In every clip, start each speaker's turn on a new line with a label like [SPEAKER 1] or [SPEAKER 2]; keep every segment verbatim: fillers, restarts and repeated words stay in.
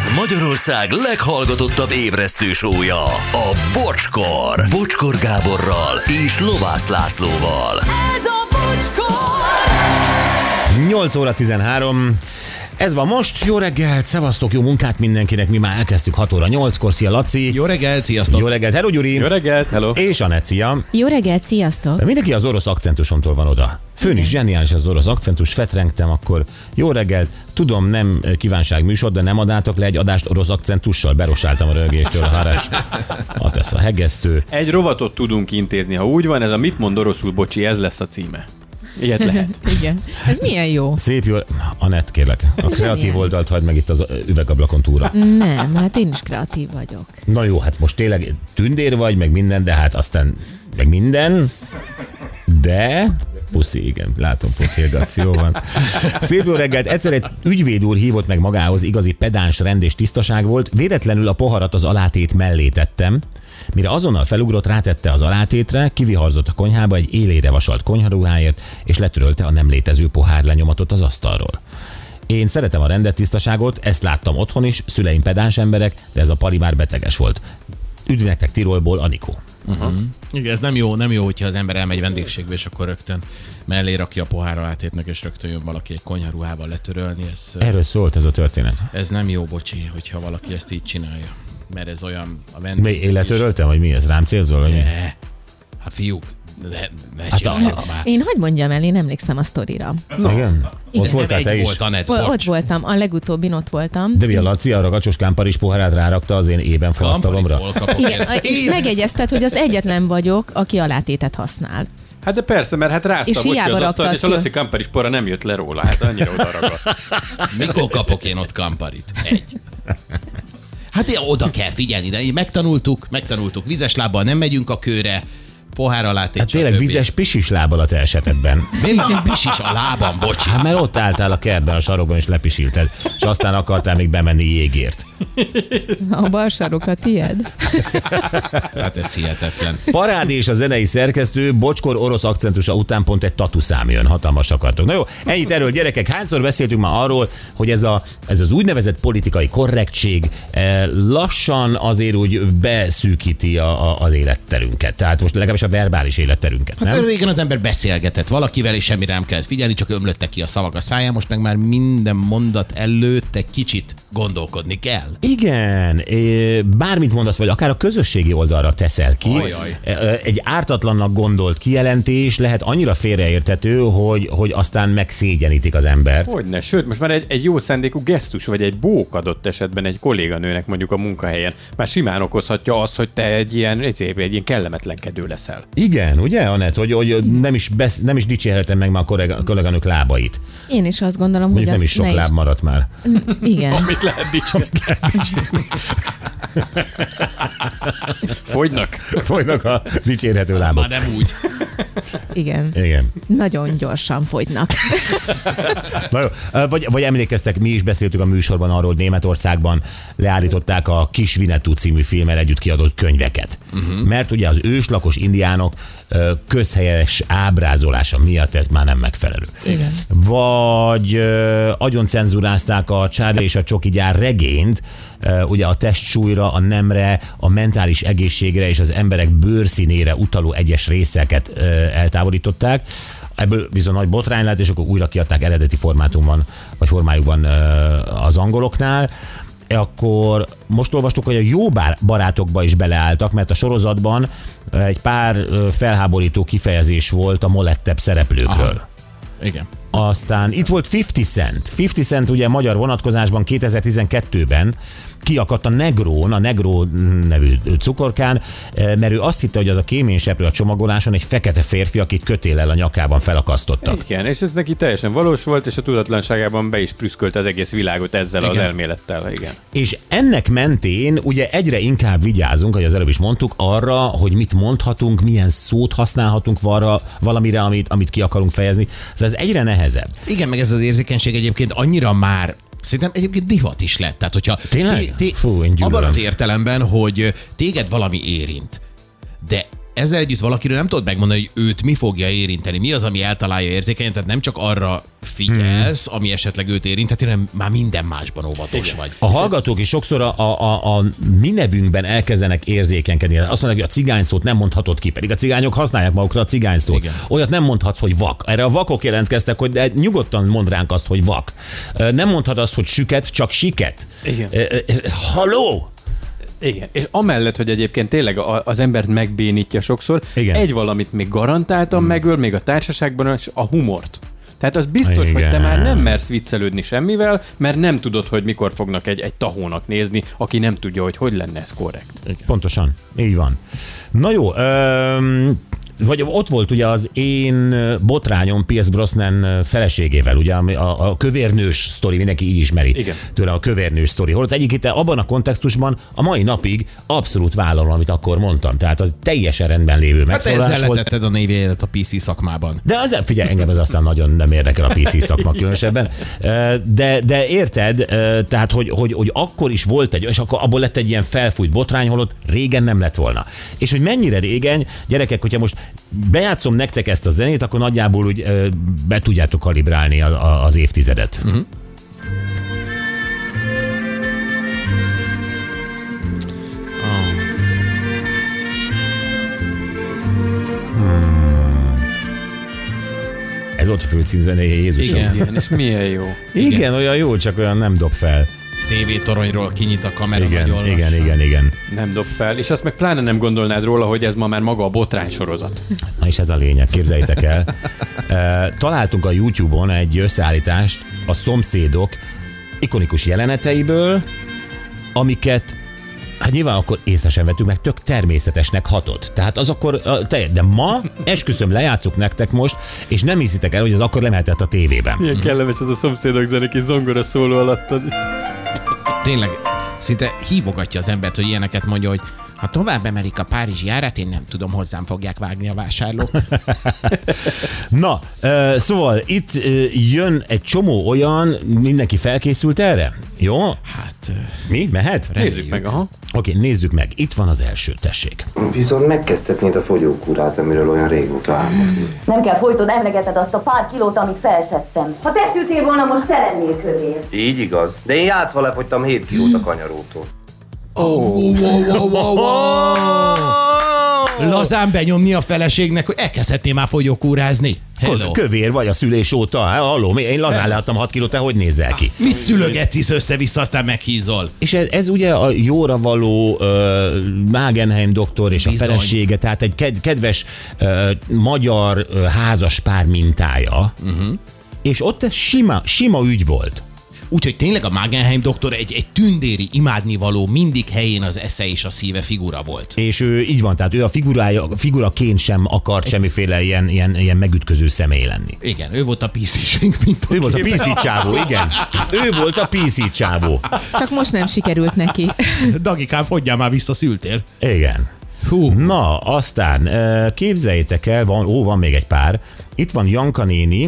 [SPEAKER 1] Ez Magyarország leghallgatottabb ébresztő show-ja, a Bocskor. Bocskor Gáborral és Lovász Lászlóval.
[SPEAKER 2] Ez a Bocskor!
[SPEAKER 3] nyolc óra tizenhárom. Ez van most. Jó reggelt, szevasztok, jó munkát mindenkinek. Mi már elkezdtük hat óra nyolckor. Szia, Laci.
[SPEAKER 4] Jó reggelt, sziasztok.
[SPEAKER 3] Jó reggelt, hello, Gyuri.
[SPEAKER 5] Jó reggelt, hello.
[SPEAKER 3] És Anett, szia.
[SPEAKER 6] Jó reggelt, sziasztok.
[SPEAKER 3] De mindenki az orosz akcentusomtól van oda. Főn is zseniális az orosz akcentus, fetrengtem, akkor jó reggelt. Tudom, nem kívánság műsor, de nem adátok le egy adást orosz akcentussal. Berosáltam a rögéstől a hárás. A tesz a hegesztő.
[SPEAKER 5] Egy rovatot tudunk intézni, ha úgy van, ez a Mit mond oroszul, bocsi, ez lesz a címe. Ilyet lehet.
[SPEAKER 6] Igen. Ez milyen jó.
[SPEAKER 3] Szép jó. Anett, kérlek, a kreatív oldalt hagyd meg itt az üvegablakon túlra.
[SPEAKER 6] Nem, hát én is kreatív vagyok.
[SPEAKER 3] Na jó, hát most tényleg tündér vagy, meg minden, de hát aztán meg minden, de... Puszi, igen, látom, puszilgáció van. Szép jó reggelt, egyszer egy ügyvéd úr hívott meg magához, igazi pedáns, rend és tisztaság volt, véletlenül a poharat az alátét mellé tettem, mire azonnal felugrott, rátette az alátétre, kiviharzott a konyhába egy élére vasalt konyharuháért, és letörölte a nem létező pohár lenyomatot az asztalról. Én szeretem a rendet, tisztaságot, ezt láttam otthon is, szüleim pedáns emberek, de ez a pali már beteges volt. Üdv nektek Tirolból, Anikó.
[SPEAKER 4] Uh-huh. Igen, ez nem jó, nem jó, hogyha az ember elmegy vendégségbe, és akkor rögtön mellé rakja a pohár alátétnek, és rögtön jön valaki egy konyharuhával letörölni. Ez,
[SPEAKER 3] Erről szólt ez a történet.
[SPEAKER 4] Ez nem jó, bocsi, hogyha valaki ezt így csinálja. Mert ez olyan a vendég...
[SPEAKER 3] Mi, én letöröltem, vagy mi ez? Rám célzol? Vagy mi?
[SPEAKER 4] Hát fiúk, ne, ne
[SPEAKER 3] Hát
[SPEAKER 4] csinálják
[SPEAKER 3] a-
[SPEAKER 4] már.
[SPEAKER 6] Én hagyd mondjam el, én emlékszem a sztorira.
[SPEAKER 3] No. Igen? Ott voltál te
[SPEAKER 4] egy
[SPEAKER 3] is?
[SPEAKER 4] volt, Anett,
[SPEAKER 6] O-
[SPEAKER 4] bocs.
[SPEAKER 6] Ott voltam, a legutóbbin ott voltam.
[SPEAKER 3] De mi a Laci, a ragacsos kámparis pohárát rárakta az én ében falasztalomra?
[SPEAKER 4] Kamparit hol kapok
[SPEAKER 6] Igen,
[SPEAKER 4] én?
[SPEAKER 6] és
[SPEAKER 4] Én-
[SPEAKER 6] megjegyezted, hogy az egyetlen vagyok, aki alátétet használ.
[SPEAKER 5] Hát de persze, mert hát rázta
[SPEAKER 6] És
[SPEAKER 5] a bocsi
[SPEAKER 6] hiába
[SPEAKER 5] az asztalt,
[SPEAKER 6] raktad
[SPEAKER 5] és a
[SPEAKER 6] ki.
[SPEAKER 5] Laci Kamperis porra nem jött le róla, hát annyira oda ragadt.
[SPEAKER 4] Mikor kapok én ott kamparit? Egy. Hát én oda kell figyelni, de megtanultuk, megtanultuk, vizes lábbal nem megyünk a kőre, pohár alátét.
[SPEAKER 3] Hát tényleg
[SPEAKER 4] stb.
[SPEAKER 3] vizes pisis lábbal a te esetedben.
[SPEAKER 4] Miért nem pisis a lábam, bocsi?
[SPEAKER 3] Hát mert ott álltál a kertben, a sarokban, és lepisilted, és aztán akartál még bemenni jégért.
[SPEAKER 6] A bal sarok a tied.
[SPEAKER 4] Hát ez hihetetlen.
[SPEAKER 3] Parádi és a zenei szerkesztő Bocskor orosz akcentusa után pont egy tatuszám jön, hatalmas akartok. Na jó, ennyit erről, gyerekek. Hányszor beszéltünk már arról, hogy ez, a, ez az úgynevezett politikai korrektség eh, lassan azért úgy beszűkíti a, a, az életterünket. Tehát most legalábbis a verbális életterünket,
[SPEAKER 4] Hát
[SPEAKER 3] nem?
[SPEAKER 4] régen az ember beszélgetett valakivel, és semmire nem kellett figyelni, csak ömlöttek ki a szavak a száján, most meg már minden mondat előtt egy kicsit gondolkodni kell.
[SPEAKER 3] Igen, eh, bármit mondasz, vagy akár a közösségi oldalra teszel ki,
[SPEAKER 4] Ajaj.
[SPEAKER 3] eh, egy ártatlannak gondolt kijelentés lehet annyira félreérthető, hogy, hogy aztán megszégyenítik az embert.
[SPEAKER 5] Hogyne, sőt, most már egy, egy jó szándékú gesztus, vagy egy bók adott esetben egy kolléganőnek mondjuk a munkahelyen, már simán okozhatja azt, hogy te egy ilyen, egy, egy ilyen kellemetlenkedő leszel.
[SPEAKER 3] Igen, ugye, Anett, hogy, hogy nem, is besz, nem is dicsérhetem meg már a kollega, kolléganők lábait.
[SPEAKER 6] Én is azt gondolom,
[SPEAKER 3] Mondjuk
[SPEAKER 6] hogy
[SPEAKER 3] nem is
[SPEAKER 6] azt
[SPEAKER 3] sok
[SPEAKER 6] ne
[SPEAKER 3] láb maradt már.
[SPEAKER 6] Igen.
[SPEAKER 5] Amit lehet dicsérni. Fogynak.
[SPEAKER 3] Folynak a dicsérhető lábak.
[SPEAKER 4] Már nem úgy.
[SPEAKER 6] Igen.
[SPEAKER 3] Igen.
[SPEAKER 6] Nagyon gyorsan fogynak.
[SPEAKER 3] Na jó. Vagy, vagy emlékeztek, mi is beszéltük a műsorban arról, hogy Németországban leállították a Kis Winnetou című filmmel együtt kiadott könyveket. Uh-huh. Mert ugye az őslakos indiánok ö, közhelyes ábrázolása miatt ez már nem megfelelő.
[SPEAKER 6] Igen.
[SPEAKER 3] Vagy ö, agyon cenzurázták a Charlie és a Csoki gyár regényt, ö, ugye a testsúlyra, a nemre, a mentális egészségre és az emberek bőrszínére utaló egyes részeket ö, eltávolították. Ebből viszont nagy botrány lett, és akkor újra kiadták eredeti formátumban, vagy formájukban ö, az angoloknál. Akkor most olvastuk, hogy a jó barátokba is beleálltak, mert a sorozatban egy pár ö, felháborító kifejezés volt a molettebb szereplőkről.
[SPEAKER 4] Aha. Igen.
[SPEAKER 3] Aztán itt volt fifty Cent. fifty Cent ugye magyar vonatkozásban kétezer-tizenkettőben kiakadt a Negrón, a Negró nevű cukorkán, mert ő azt hitte, hogy az a kéményseprő a csomagoláson egy fekete férfi, akit kötéllel a nyakában felakasztottak.
[SPEAKER 5] Igen, és ez neki teljesen valós volt, és a tudatlanságában be is prüszkölt az egész világot ezzel
[SPEAKER 4] Igen.
[SPEAKER 5] az elmélettel. Igen.
[SPEAKER 3] És ennek mentén ugye egyre inkább vigyázunk, hogy az előbb is mondtuk, arra, hogy mit mondhatunk, milyen szót használhatunk arra, valamire, amit, amit ki akarunk fejezni. Szóval ez egyre nehezebb.
[SPEAKER 4] Igen, meg ez az érzékenység egyébként annyira már szerintem egyébként divat is lett. Tehát, hogyha
[SPEAKER 3] Tényleg? Fú, én gyűlölöm.
[SPEAKER 4] abban az értelemben, hogy téged valami érint, de ezzel együtt valakiről nem tudod megmondani, hogy őt mi fogja érinteni, mi az, ami eltalálja érzékenyen, tehát nem csak arra figyelsz, hmm. ami esetleg őt érintheti, hanem már minden másban óvatos Igen. vagy.
[SPEAKER 3] A hallgatók is sokszor a, a, a mi nevünkben elkezdenek érzékenykedni. Azt mondják, hogy a cigány szót nem mondhatod ki, pedig a cigányok használják magukra a cigány szót. Igen. Olyat nem mondhatsz, hogy vak. Erre a vakok jelentkeztek, hogy de nyugodtan mond ránk azt, hogy vak. Nem mondhatod azt, hogy süket, csak siket. Igen. Haló!
[SPEAKER 5] Igen, és amellett, hogy egyébként tényleg az embert megbénítja sokszor, Igen. egy valamit még garantáltan hmm. megöl, még a társaságban, a humort. Tehát az biztos, Igen. hogy te már nem mersz viccelődni semmivel, mert nem tudod, hogy mikor fognak egy, egy tahónak nézni, aki nem tudja, hogy hogy lenne ez korrekt.
[SPEAKER 3] Igen. Pontosan, így van. Na jó, öm... vagy ott volt ugye az én botrányom Pierce Brosnan feleségével, ugye a, a kövérnős sztori, mindenki így ismeri Igen. tőle a kövérnős sztori. Holott egyébként abban a kontextusban a mai napig abszolút vállalom, amit akkor mondtam. Tehát az teljesen rendben lévő megszólás
[SPEAKER 4] hát
[SPEAKER 3] volt.
[SPEAKER 4] letetted a névjegyedet a pé cé szakmában.
[SPEAKER 3] De az, figyelj, engem ez aztán nagyon nem érdekel a pé cé szakma különösebben. De, de érted, tehát hogy, hogy, hogy akkor is volt egy, és akkor abból lett egy ilyen felfújt botrány, holott régen nem lett volna. És hogy mennyire régen, gyerekek, hogyha most bejátszom nektek ezt a zenét, akkor nagyjából úgy be tudjátok kalibrálni a, a, az évtizedet. Uh-huh. Oh. Hmm. Ez ott a főcímzenéje, Jézusom.
[SPEAKER 5] Igen. Igen, és milyen jó.
[SPEAKER 3] Igen, igen, olyan jó, csak olyan nem dob fel.
[SPEAKER 4] té vé toronyról kinyit a kamera.
[SPEAKER 3] Igen, igen, igen, igen, igen.
[SPEAKER 5] Nem dob fel, és azt meg pláne nem gondolnád róla, hogy ez ma már maga a botrány sorozat.
[SPEAKER 3] Na és ez a lényeg, képzeljétek el. Találtunk a YouTube-on egy összeállítást a szomszédok ikonikus jeleneteiből, amiket hát nyilván akkor észre sem vettük meg, tök természetesnek hatott. Tehát az akkor, de ma esküszöm, lejátszuk nektek most, és nem hiszitek el, hogy az akkor lemehetett a tévében.
[SPEAKER 5] Milyen kellemes ez a szomszédok zene, kis zongora szóló alattad.
[SPEAKER 4] Tényleg, szinte hívogatja az embert, hogy ilyeneket mondja, hogy ha tovább emelik a párizsi árát, én nem tudom, hozzám fogják vágni a vásárlók.
[SPEAKER 3] Na, szóval itt jön egy csomó olyan, mindenki felkészült erre? Jó?
[SPEAKER 4] Hát...
[SPEAKER 3] Mi? Mehet?
[SPEAKER 5] Reméljük. Nézzük meg, aha.
[SPEAKER 3] Oké, nézzük meg. Itt van az első, tessék.
[SPEAKER 7] Viszont megkezdhetnéd a fogyókúrát, amiről olyan régóta álmodni.
[SPEAKER 8] Nem kell folyton emlegeted azt a pár kilót, amit felszettem. Ha te szültél volna, most te lennél kövér.
[SPEAKER 7] Így igaz, de én játszva lefogytam hét kilót a kanyarótól.
[SPEAKER 4] Oh. Lazán benyomni a feleségnek, hogy elkezdhetnél már fogyókúrázni. Hello.
[SPEAKER 3] Kövér vagy a szülés óta. Halló, én lazán leadtam hat kilót, te hogy nézel ki?
[SPEAKER 4] Mit szülögetsz össze-vissza, aztán meghízol?
[SPEAKER 3] És ez, ez ugye a jóra való uh, Magenheim doktor és Bizony. a felesége, tehát egy ked- kedves uh, magyar uh, házaspár mintája. Uh-huh. És ott ez sima, sima ügy volt.
[SPEAKER 4] Úgyhogy tényleg a Magenheim doktor egy, egy tündéri, imádnivaló, mindig helyén az esze és a szíve figura volt.
[SPEAKER 3] És ő így van, tehát ő a figurája, figuraként sem akart semmiféle ilyen, ilyen, ilyen megütköző személy lenni.
[SPEAKER 4] Igen, ő volt a pé cé-sünk, mint a
[SPEAKER 3] Ő volt a pé cé csávó, igen. Ő volt a pé cé csávó.
[SPEAKER 6] Csak most nem sikerült neki.
[SPEAKER 4] Dagikám, fogyjál már vissza, szültél.
[SPEAKER 3] Igen. Hú. Na, aztán képzeljétek el, van, ó, van még egy pár. Itt van Janka néni,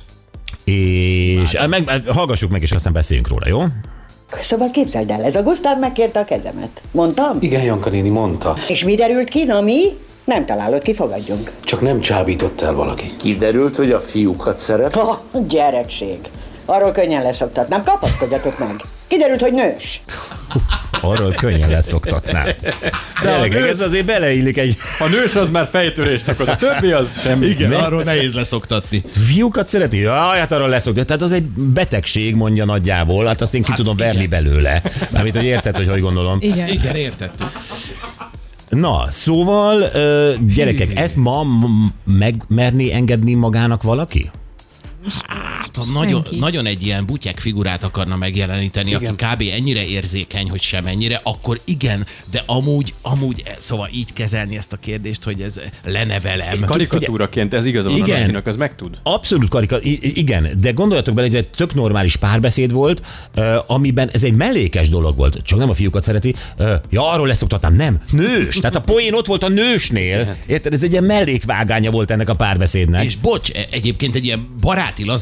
[SPEAKER 3] és meg, hallgassuk meg, és aztán beszéljünk róla, jó?
[SPEAKER 9] Szóval képzeld el, ez a Gusztáv megkérte a kezemet. Mondtam?
[SPEAKER 10] Igen, Janka néni mondta.
[SPEAKER 9] És mi derült ki, na mi? Nem találod ki, fogadjunk.
[SPEAKER 10] Csak nem csábított el valaki.
[SPEAKER 7] Kiderült, hogy a fiúkat szeret?
[SPEAKER 9] Ha, gyerekség. Arról könnyen leszoktatnám, kapaszkodjatok meg. Kiderült, hogy nős.
[SPEAKER 3] Arról könnyen leszoktatnám. De nős... ez azért beleillik egy...
[SPEAKER 5] A nős az már fejtörést akar, a többi az semmi.
[SPEAKER 4] Igen, ne? Arról nehéz leszoktatni.
[SPEAKER 3] Fiúkat szereti? Jaj, hát arról leszoktatni. Tehát az egy betegség, mondja nagyjából. Hát azt én ki hát tudom igen. verni belőle. Mármint, hogy érted, hogy hogy gondolom.
[SPEAKER 4] Igen, igen értettük.
[SPEAKER 3] Na, szóval, gyerekek, ezt ma megmerné engedni magának valaki?
[SPEAKER 4] Hát, nagyon, nagyon egy ilyen butyek figurát akarna megjeleníteni, igen. aki kb. Ennyire érzékeny, hogy sem ennyire, akkor igen, de amúgy, amúgy, szóval így kezelni ezt a kérdést, hogy ez lenevelem.
[SPEAKER 5] Egy karikatúraként ez igazán a Lacinak, az megtud.
[SPEAKER 3] Abszolút karikatúra, igen, de gondoljatok bele, hogy ez egy tök normális párbeszéd volt, amiben ez egy mellékes dolog volt, csak nem a fiúkat szereti, ja, arról leszoktatnám, nem, nős, tehát a poén ott volt a nősnél, érted, ez egy ilyen mellékvágánya volt ennek a párbeszédnek.
[SPEAKER 4] És bocs, egyébként egy ilyen baráti laza beszélgetés,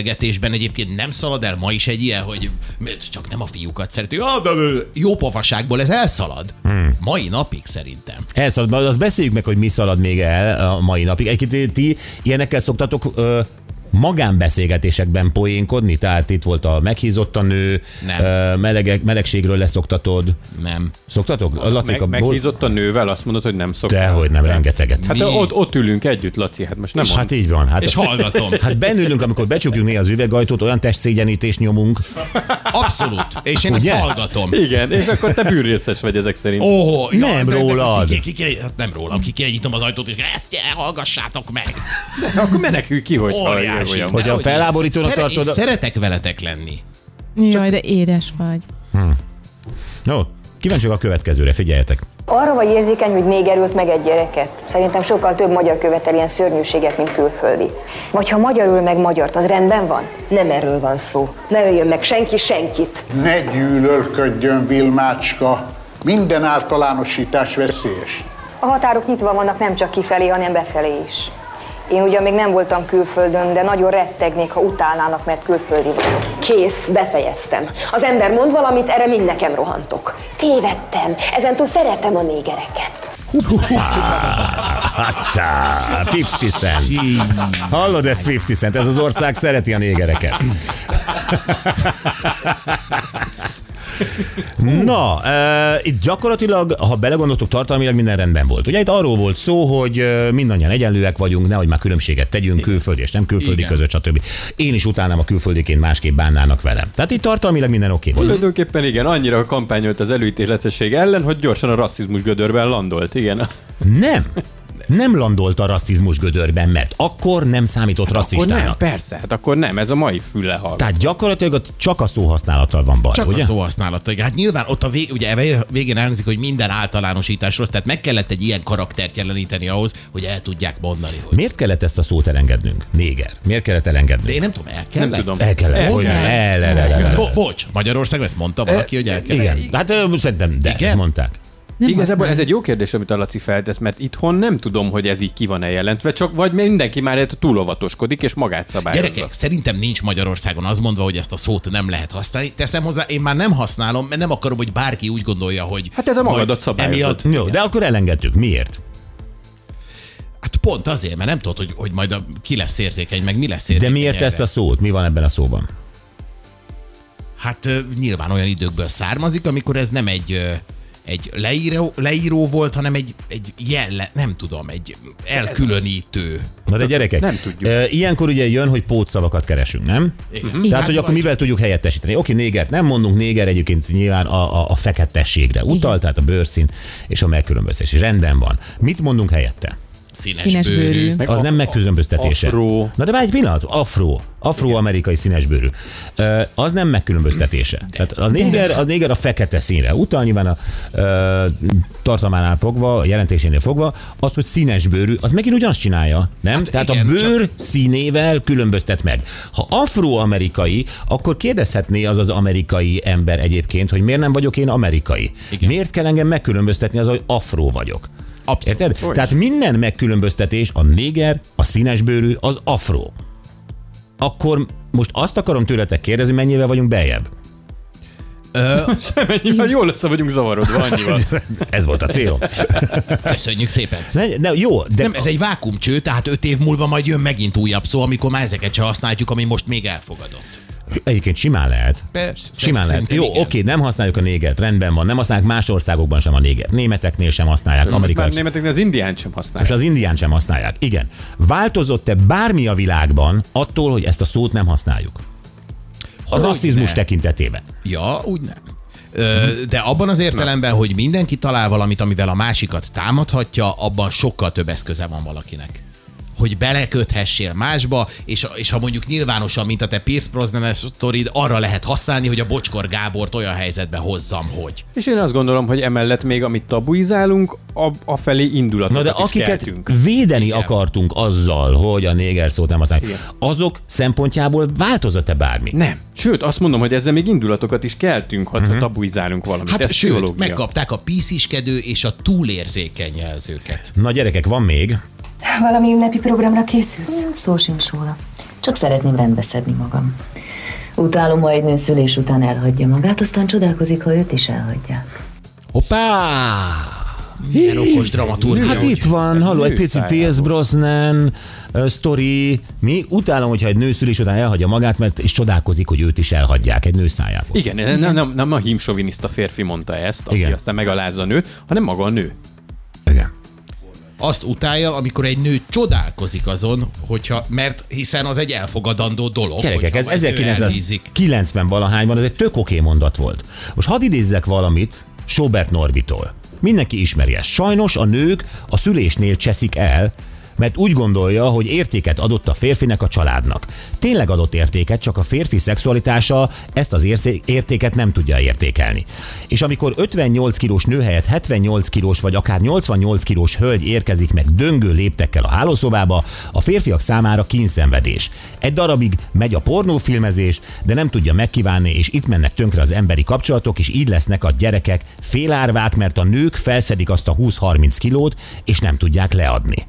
[SPEAKER 4] beszélgetésben egyébként nem szalad el ma is egy ilyen, hogy csak nem a fiúkat szereti. Jó pofaságból ez elszalad. Hmm. Mai napig szerintem.
[SPEAKER 3] Elszalad, azt beszéljük meg, hogy mi szalad még el a mai napig. Egyébként ti ilyenekkel szoktatok ö, magánbeszélgetésekben poénkodni? Tehát itt volt a meghízott a nő, ö, melegek, melegségről leszoktatod.
[SPEAKER 4] Nem.
[SPEAKER 3] Szoktatok? Laci,
[SPEAKER 5] Meg, meghízott a nővel, azt mondod, hogy nem szoktam.
[SPEAKER 3] Dehogy nem, rengeteget.
[SPEAKER 5] Hát ott, ott ülünk együtt, Laci, hát most nem
[SPEAKER 3] Hát így van. Hát,
[SPEAKER 4] és hallgatom.
[SPEAKER 3] Hát bennülünk, amikor becsukjuk néha az üvegajtót, olyan testszégyenítést nyomunk.
[SPEAKER 4] Abszolút. És én
[SPEAKER 3] Ugye?
[SPEAKER 4] ezt hallgatom.
[SPEAKER 5] Igen, és akkor te bűnrészes vagy ezek szerint.
[SPEAKER 4] Oh, ja,
[SPEAKER 3] nem
[SPEAKER 4] de,
[SPEAKER 3] rólad.
[SPEAKER 4] De, ki, ki, ki, nem rólam, ki kéne nyitom az ajtót, és ezt hallgassátok meg.
[SPEAKER 5] De akkor menekülj ki, hogy hallja.
[SPEAKER 3] Hogy a felháborítónak
[SPEAKER 4] Szere,
[SPEAKER 3] tartod.
[SPEAKER 4] Én szeretek veletek lenni.
[SPEAKER 6] Jaj, de édes vagy.
[SPEAKER 3] Hmm. No, kíváncsiak a következőre, figyeljetek.
[SPEAKER 8] Arra vagy érzékeny, hogy négerült meg egy gyereket? Szerintem sokkal több magyar követel ilyen szörnyűséget, mint külföldi. Vagy ha magyarul meg magyart, az rendben van? Nem erről van szó. Ne öljön meg senki senkit.
[SPEAKER 11] Ne gyűlölködjön, Vilmácska. Minden általánosítás veszélyes.
[SPEAKER 8] A határok nyitva vannak nem csak kifelé, hanem befelé is. Én ugyan még nem voltam külföldön, de nagyon rettegnék, ha utálnának, mert külföldi vagyok. Kész, befejeztem. Az ember mond valamit, erre mind nekem rohantok. Tévedtem, ezentúl szeretem a négereket.
[SPEAKER 3] Hacsá, ötven cent. Hallod ezt, ötven cent? Ez az ország szereti a négereket. Na, uh, itt gyakorlatilag, ha belegondoltok, tartalmilag minden rendben volt. Ugye itt arról volt szó, hogy uh, mindannyian egyenlőek vagyunk, nehogy már különbséget tegyünk külföldi és nem külföldi Igen. között, stb. Én is utálnám, a külföldiként másképp bánnának velem. Tehát itt tartalmilag minden oké volt.
[SPEAKER 5] Tulajdonképpen igen, annyira kampányolt az előítéletesség ellen, hogy gyorsan a rasszizmus gödörben landolt, igen.
[SPEAKER 3] Nem. Nem landolt a rasszizmus gödörben, mert akkor nem számított
[SPEAKER 5] hát
[SPEAKER 3] rasszistának.
[SPEAKER 5] Akkor nem, persze, hát akkor nem, ez a mai füle hallgat.
[SPEAKER 3] Tehát gyakorlatilag csak a szóhasználattal van baj,
[SPEAKER 4] csak
[SPEAKER 3] ugye?
[SPEAKER 4] Csak a szóhasználattal. Hát nyilván ott a vég, ugye végén elhangzik, hogy minden általánosítás rossz, tehát meg kellett egy ilyen karaktert jeleníteni ahhoz, hogy el tudják mondani. Hogy...
[SPEAKER 3] Miért kellett ezt a szót elengednünk? Néger. Miért kellett elengednünk?
[SPEAKER 4] De én nem tudom, el kellett.
[SPEAKER 5] Nem tudom.
[SPEAKER 3] El kellett. El, el, el, el, el.
[SPEAKER 4] Bo- bocs, Magyarországon ezt mondta valaki, hogy el kellett.
[SPEAKER 3] Igen, hát szerintem, de ezt mondták.
[SPEAKER 6] Nem
[SPEAKER 5] Igazából
[SPEAKER 6] használ.
[SPEAKER 5] ez egy jó kérdés, amit a Laci feltesz, mert itthon nem tudom, hogy ez így ki van-e jelentve, csak vagy mindenki már túl óvatoskodik, és magát szabályozza.
[SPEAKER 4] Gyerekek, szerintem nincs Magyarországon az mondva, hogy ezt a szót nem lehet használni. Teszem hozzá, én már nem használom, mert nem akarom, hogy bárki úgy gondolja, hogy...
[SPEAKER 5] Hát ez a magadat szabályozod.
[SPEAKER 3] Jó, de akkor elengedtük. Miért?
[SPEAKER 4] Hát pont azért, mert nem tudod, hogy, hogy majd a, ki lesz érzékeny, meg mi lesz érzékeny.
[SPEAKER 3] De miért
[SPEAKER 4] erre.
[SPEAKER 3] ezt a szót? Mi van ebben a szóban?
[SPEAKER 4] Hát nyilván olyan időkből származik, amikor ez nem egy... egy leíró, leíró volt, hanem egy, egy jelle, nem tudom, egy elkülönítő.
[SPEAKER 3] Na de gyerekek,
[SPEAKER 5] nem tudjuk.
[SPEAKER 3] Ilyenkor ugye jön, hogy pótszavakat keresünk, nem?
[SPEAKER 4] Igen.
[SPEAKER 3] Tehát,
[SPEAKER 4] Hát
[SPEAKER 3] hogy akkor
[SPEAKER 4] vagy...
[SPEAKER 3] mivel tudjuk helyettesíteni? Oké, négert nem mondunk, néger egyébként nyilván a, a, a feketességre utal, tehát a bőrszín és a megkülönböztetés. Rendben van. Mit mondunk helyette?
[SPEAKER 4] Színes,
[SPEAKER 6] Színes
[SPEAKER 4] bőrű.
[SPEAKER 6] bőrű.
[SPEAKER 3] Az nem megkülönböztetése.
[SPEAKER 5] Afro.
[SPEAKER 3] Na de várj egy pillanat, afro. Afro-amerikai színesbőrű. Uh, az nem megkülönböztetése. De. Tehát a néger, a néger a fekete színre utal, nyilván a uh, tartalmánál fogva, a jelentésénél fogva, az, hogy színesbőrű, az megint ugyanazt csinálja, nem?
[SPEAKER 4] Hát
[SPEAKER 3] Tehát
[SPEAKER 4] igen,
[SPEAKER 3] a bőr
[SPEAKER 4] csak...
[SPEAKER 3] színével különböztet meg. Ha afro-amerikai, akkor kérdezhetné az az amerikai ember egyébként, hogy miért nem vagyok én amerikai? Igen. Miért kell engem megkülönböztetni az, hogy afro vagyok? Abszolút. Érted? Úgy. Tehát minden megkülönböztetés, a néger, a színesbőrű, az afro. Akkor most azt akarom tőletek kérdezni, mennyivel vagyunk beljebb?
[SPEAKER 5] Semennyivel jól össze vagyunk zavarodva, annyival.
[SPEAKER 3] Ez volt a célom.
[SPEAKER 4] Köszönjük szépen.
[SPEAKER 3] Ne, ne, jó, de...
[SPEAKER 4] Nem, ez egy vákumcső, tehát öt év múlva majd jön megint újabb szó, amikor már ezeket se használjuk, ami most még elfogadott.
[SPEAKER 3] Egyébként simán lehet.
[SPEAKER 4] Persze,
[SPEAKER 3] simán lehet. Jó, oké, nem használjuk a négert, rendben van. Nem használják más országokban sem a négert. Németeknél sem használják. Amerikai.
[SPEAKER 5] Németeknél az indiánt sem használják.
[SPEAKER 3] És az indiánt sem használják. Igen. Változott-e bármi a világban attól, hogy ezt a szót nem használjuk? A hogy rasszizmus ne? Tekintetében.
[SPEAKER 4] Ja, úgy nem. Ö, de abban az értelemben, hogy mindenki talál valamit, amivel a másikat támadhatja, abban sokkal több eszköze van valakinek. Hogy beleköthessél másba, és, és ha mondjuk nyilvánosan, mint a te Pierce Brosnan sztorid, arra lehet használni, hogy a Bocskor Gábort olyan helyzetbe hozzam, hogy.
[SPEAKER 5] És én azt gondolom, hogy emellett még, amit tabuizálunk, a, a felé indulatokat
[SPEAKER 3] Na de
[SPEAKER 5] is
[SPEAKER 3] akiket
[SPEAKER 5] keltünk.
[SPEAKER 3] védeni
[SPEAKER 4] Igen.
[SPEAKER 3] akartunk azzal, hogy a néger szót nem használjuk,
[SPEAKER 5] Igen.
[SPEAKER 3] azok szempontjából változott-e bármi?
[SPEAKER 5] Nem. Sőt, azt mondom, hogy ezzel még indulatokat is keltünk, ha uh-huh. tabuizálunk valamit.
[SPEAKER 4] Hát
[SPEAKER 5] Ez
[SPEAKER 4] sőt,
[SPEAKER 5] pszichológia.
[SPEAKER 4] megkapták a pisziskedő és a túlérzékeny jelzőket.
[SPEAKER 3] Na gyerekek, van még?
[SPEAKER 12] Valami ünnepi programra készülsz? Szó sincs róla. Csak szeretném rendbeszedni magam. Utálom, ha egy nő szülés után elhagyja magát, aztán csodálkozik, ha őt is elhagyják.
[SPEAKER 3] Hoppá!
[SPEAKER 4] Milyen okos dramaturgia.
[SPEAKER 3] Hát itt van, halló, egy pici Pierce Brosnan uh, sztori. Mi? Utálom, hogyha egy nő szülés után elhagyja magát, mert és csodálkozik, hogy őt is elhagyják egy nő szájából.
[SPEAKER 5] Igen, nem, nem, nem a hímsoviniszta férfi mondta ezt, aki Igen. aztán megalázza a nőt, hanem maga a nő.
[SPEAKER 3] Igen.
[SPEAKER 4] Azt utálja, amikor egy nő csodálkozik azon, hogyha, mert hiszen az egy elfogadandó dolog.
[SPEAKER 3] Gyerekek, ez ezerkilencszázkilencven valahányban ez egy tök oké mondat volt. Most hadd idézzek valamit Sobert Norbitól. Mindenki ismeri ezt. Sajnos a nők a szülésnél cseszik el, mert úgy gondolja, hogy értéket adott a férfinek a családnak. Tényleg adott értéket, csak a férfi szexualitása ezt az értéket nem tudja értékelni. És amikor ötvennyolc kilós nő helyett hetvennyolc kilós vagy akár nyolcvannyolc kilós hölgy érkezik meg döngő léptekkel a hálószobába, a férfiak számára kínszenvedés. Egy darabig megy a pornófilmezés, de nem tudja megkívánni, és itt mennek tönkre az emberi kapcsolatok, és így lesznek a gyerekek félárvák, mert a nők felszedik azt a húsz-harminc kilót, és nem tudják leadni.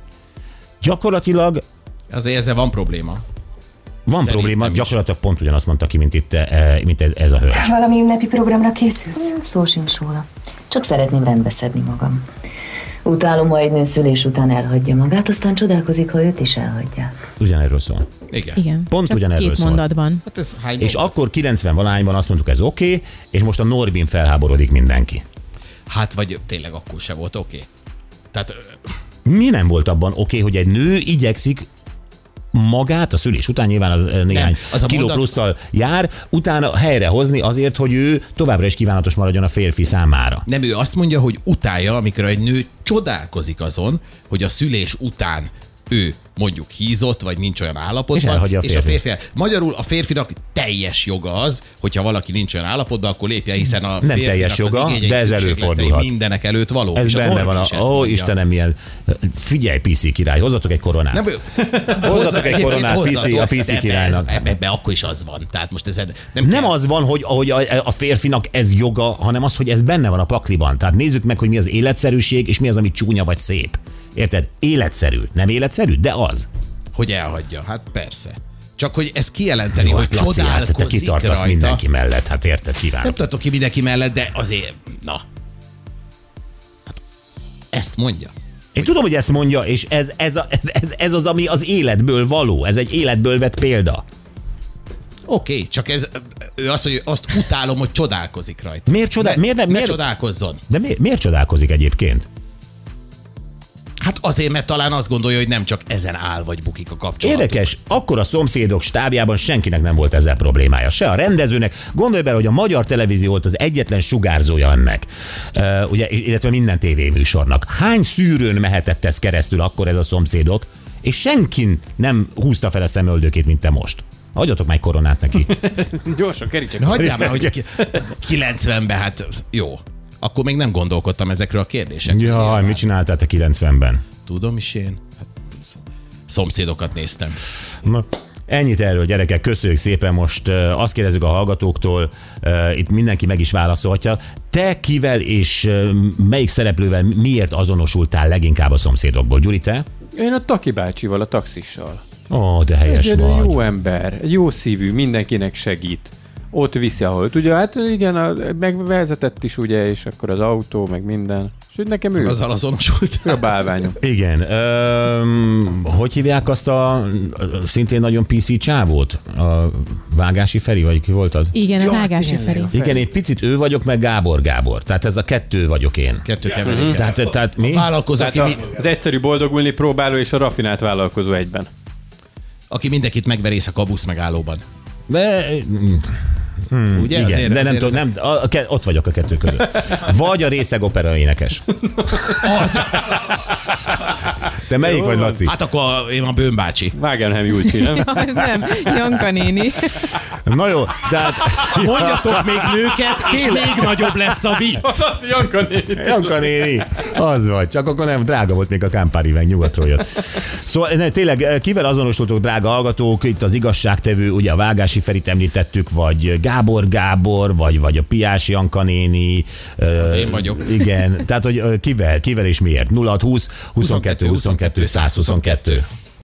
[SPEAKER 3] Gyakorlatilag...
[SPEAKER 4] Azért ezzel van probléma.
[SPEAKER 3] Van Szerintem probléma, is. Gyakorlatilag pont ugyanazt mondta ki, mint, itt, mint ez a hölgy.
[SPEAKER 12] Valami ünnepi programra készülsz? Szó sincs róla. Csak szeretném rendbeszedni magam. Utálom, ha egy nő szülés után elhagyja magát, aztán csodálkozik, ha őt is elhagyják.
[SPEAKER 3] Ugyanerről szól.
[SPEAKER 4] Igen.
[SPEAKER 6] Igen.
[SPEAKER 3] Pont
[SPEAKER 6] csak
[SPEAKER 3] ugyanerről
[SPEAKER 6] két
[SPEAKER 3] szól.
[SPEAKER 6] mondatban.
[SPEAKER 3] Hát ez és akkor kilencven valahányban azt mondtuk, ez oké, okay, és most a Norbin felháborodik mindenki.
[SPEAKER 4] Hát vagy tényleg akkor se volt oké. Okay. Tehát...
[SPEAKER 3] Mi nem volt abban oké, okay, hogy egy nő igyekszik magát a szülés után, nyilván az néhány nem, az kiló mondat... plusszal jár, utána helyrehozni azért, hogy ő továbbra is kívánatos maradjon a férfi számára.
[SPEAKER 4] Nem, ő azt mondja, hogy utálja, amikor egy nő csodálkozik azon, hogy a szülés után ő mondjuk hízott, vagy nincs olyan állapotban, és, a, és a férfi. Magyarul a férfinak teljes joga az, hogyha valaki nincs olyan állapotban, akkor lépje, hiszen a
[SPEAKER 3] nem
[SPEAKER 4] férfinak
[SPEAKER 3] teljes joga,
[SPEAKER 4] az
[SPEAKER 3] de ez előfordulhat.
[SPEAKER 4] Mindenek előtt való.
[SPEAKER 3] Ez benne van. A, ó, Istenem, milyen... Figyelj, pé cé király, hozzatok egy koronát. Nem, hozzatok egy koronát pé cé, a pé cé királynak.
[SPEAKER 4] Ebben akkor is az van. Tehát most ez
[SPEAKER 3] nem, nem az van, hogy, hogy a, a férfinak ez joga, hanem az, hogy ez benne van a pakliban. Tehát nézzük meg, hogy mi az életszerűség, és mi az, ami csúnya vagy szép. Érted? Életszerű. Nem életszerű, de az.
[SPEAKER 4] Hogy elhagyja, hát persze. Csak hogy ezt kijelenteni, jó, hogy
[SPEAKER 3] Laci,
[SPEAKER 4] csodálkozik
[SPEAKER 3] hát te kitartasz
[SPEAKER 4] rajta.
[SPEAKER 3] mindenki mellett, hát érted, kívánom.
[SPEAKER 4] Nem tartok ki mindenki mellett, de azért, na. Hát ezt mondja.
[SPEAKER 3] Én tudom, hogy ezt mondja, és ez, ez, a, ez, ez az, ami az életből való. Ez egy életből vett példa.
[SPEAKER 4] Oké, okay, csak ez, ő azt, hogy azt utálom, hogy csodálkozik rajta.
[SPEAKER 3] Miért, csodál,
[SPEAKER 4] ne,
[SPEAKER 3] miért,
[SPEAKER 4] ne,
[SPEAKER 3] miért
[SPEAKER 4] ne csodálkozzon.
[SPEAKER 3] De miért, miért csodálkozik egyébként?
[SPEAKER 4] Hát azért, mert talán azt gondolja, hogy nem csak ezen áll vagy bukik a kapcsolatuk.
[SPEAKER 3] Érdekes, akkor a szomszédok stábjában senkinek nem volt ezzel problémája. Se a rendezőnek. Gondolj bele, hogy a Magyar Televízió volt az egyetlen sugárzója ennek. Uh, ugye, illetve minden tévéműsornak. Hány szűrőn mehetett ez keresztül akkor ez a szomszédok, és senki nem húzta fel a szemöldökét, mint te most. Adjatok már egy koronát neki.
[SPEAKER 5] Gyorsan, kerítsek.
[SPEAKER 4] Hagyjál már, hogy kilencvenben, hát jó. Akkor még nem gondolkodtam ezekről a kérdésekről.
[SPEAKER 3] Jaj, mit csináltál te kilencvenben?
[SPEAKER 4] Tudom is én. Hát, szomszédokat néztem.
[SPEAKER 3] Na, ennyit erről, gyerekek, köszönjük szépen. Most uh, azt kérdezzük a hallgatóktól, uh, itt mindenki meg is válaszolhatja. Te kivel és uh, melyik szereplővel miért azonosultál leginkább a szomszédokból? Gyuri, te?
[SPEAKER 5] Én a Taki bácsival, a taxissal.
[SPEAKER 3] Ó, de helyes
[SPEAKER 5] egy,
[SPEAKER 3] vagy.
[SPEAKER 5] Jó ember, jó szívű, mindenkinek segít. Ott viszi, ahol tudja, hát igen, a, megvezetett is ugye, és akkor az autó, meg minden. És hogy nekem ő.
[SPEAKER 4] Azzal azonosult.
[SPEAKER 5] A bálványom.
[SPEAKER 3] Igen. Öm, hogy hívják azt a szintén nagyon pé cé csávót? A Vágási Feri, vagy ki volt az?
[SPEAKER 6] Igen, a Vágási Feri.
[SPEAKER 3] Igen, egy picit ő vagyok, meg Gábor Gábor. Tehát ez a kettő vagyok én.
[SPEAKER 4] Kettő keverék.
[SPEAKER 3] Tehát, tehát mi?
[SPEAKER 4] A vállalkozó,
[SPEAKER 5] tehát mi? Az egyszerű boldogulni próbáló és a raffinált vállalkozó egyben.
[SPEAKER 4] Aki mindenkit megverész a kabusz megállóban.
[SPEAKER 3] De... Hmm,
[SPEAKER 4] ugye?
[SPEAKER 3] Igen,
[SPEAKER 4] azért,
[SPEAKER 3] de nem tudom, nem, a, a, ott vagyok a kettő között. Vagy a részeg opera énekes.
[SPEAKER 4] Az.
[SPEAKER 3] Te melyik jó, vagy, Laci?
[SPEAKER 4] Hát akkor én a Bőnbácsi.
[SPEAKER 5] Vágenheim Julcsi, nem?
[SPEAKER 6] Ja, nem, Janka néni.
[SPEAKER 3] Na jó, tehát...
[SPEAKER 4] Mondjatok még nőket, és tényleg még nagyobb lesz a vicc.
[SPEAKER 5] Az Janka néni.
[SPEAKER 3] Janka néni. Az vagy, csak akkor nem drága volt még a Campari, meg nyugatról jött. Szóval ne, tényleg kivel azonosultok, drága hallgatók? Itt az igazságtevő, ugye a Vágási Ferit említettük, vagy Gábor Gábor, vagy, vagy a Piás Janka néni.
[SPEAKER 4] Az én vagyok.
[SPEAKER 3] Igen, tehát hogy kivel, kivel és miért? nulla hat húsz huszonkettő huszonkettő száz huszonkettő.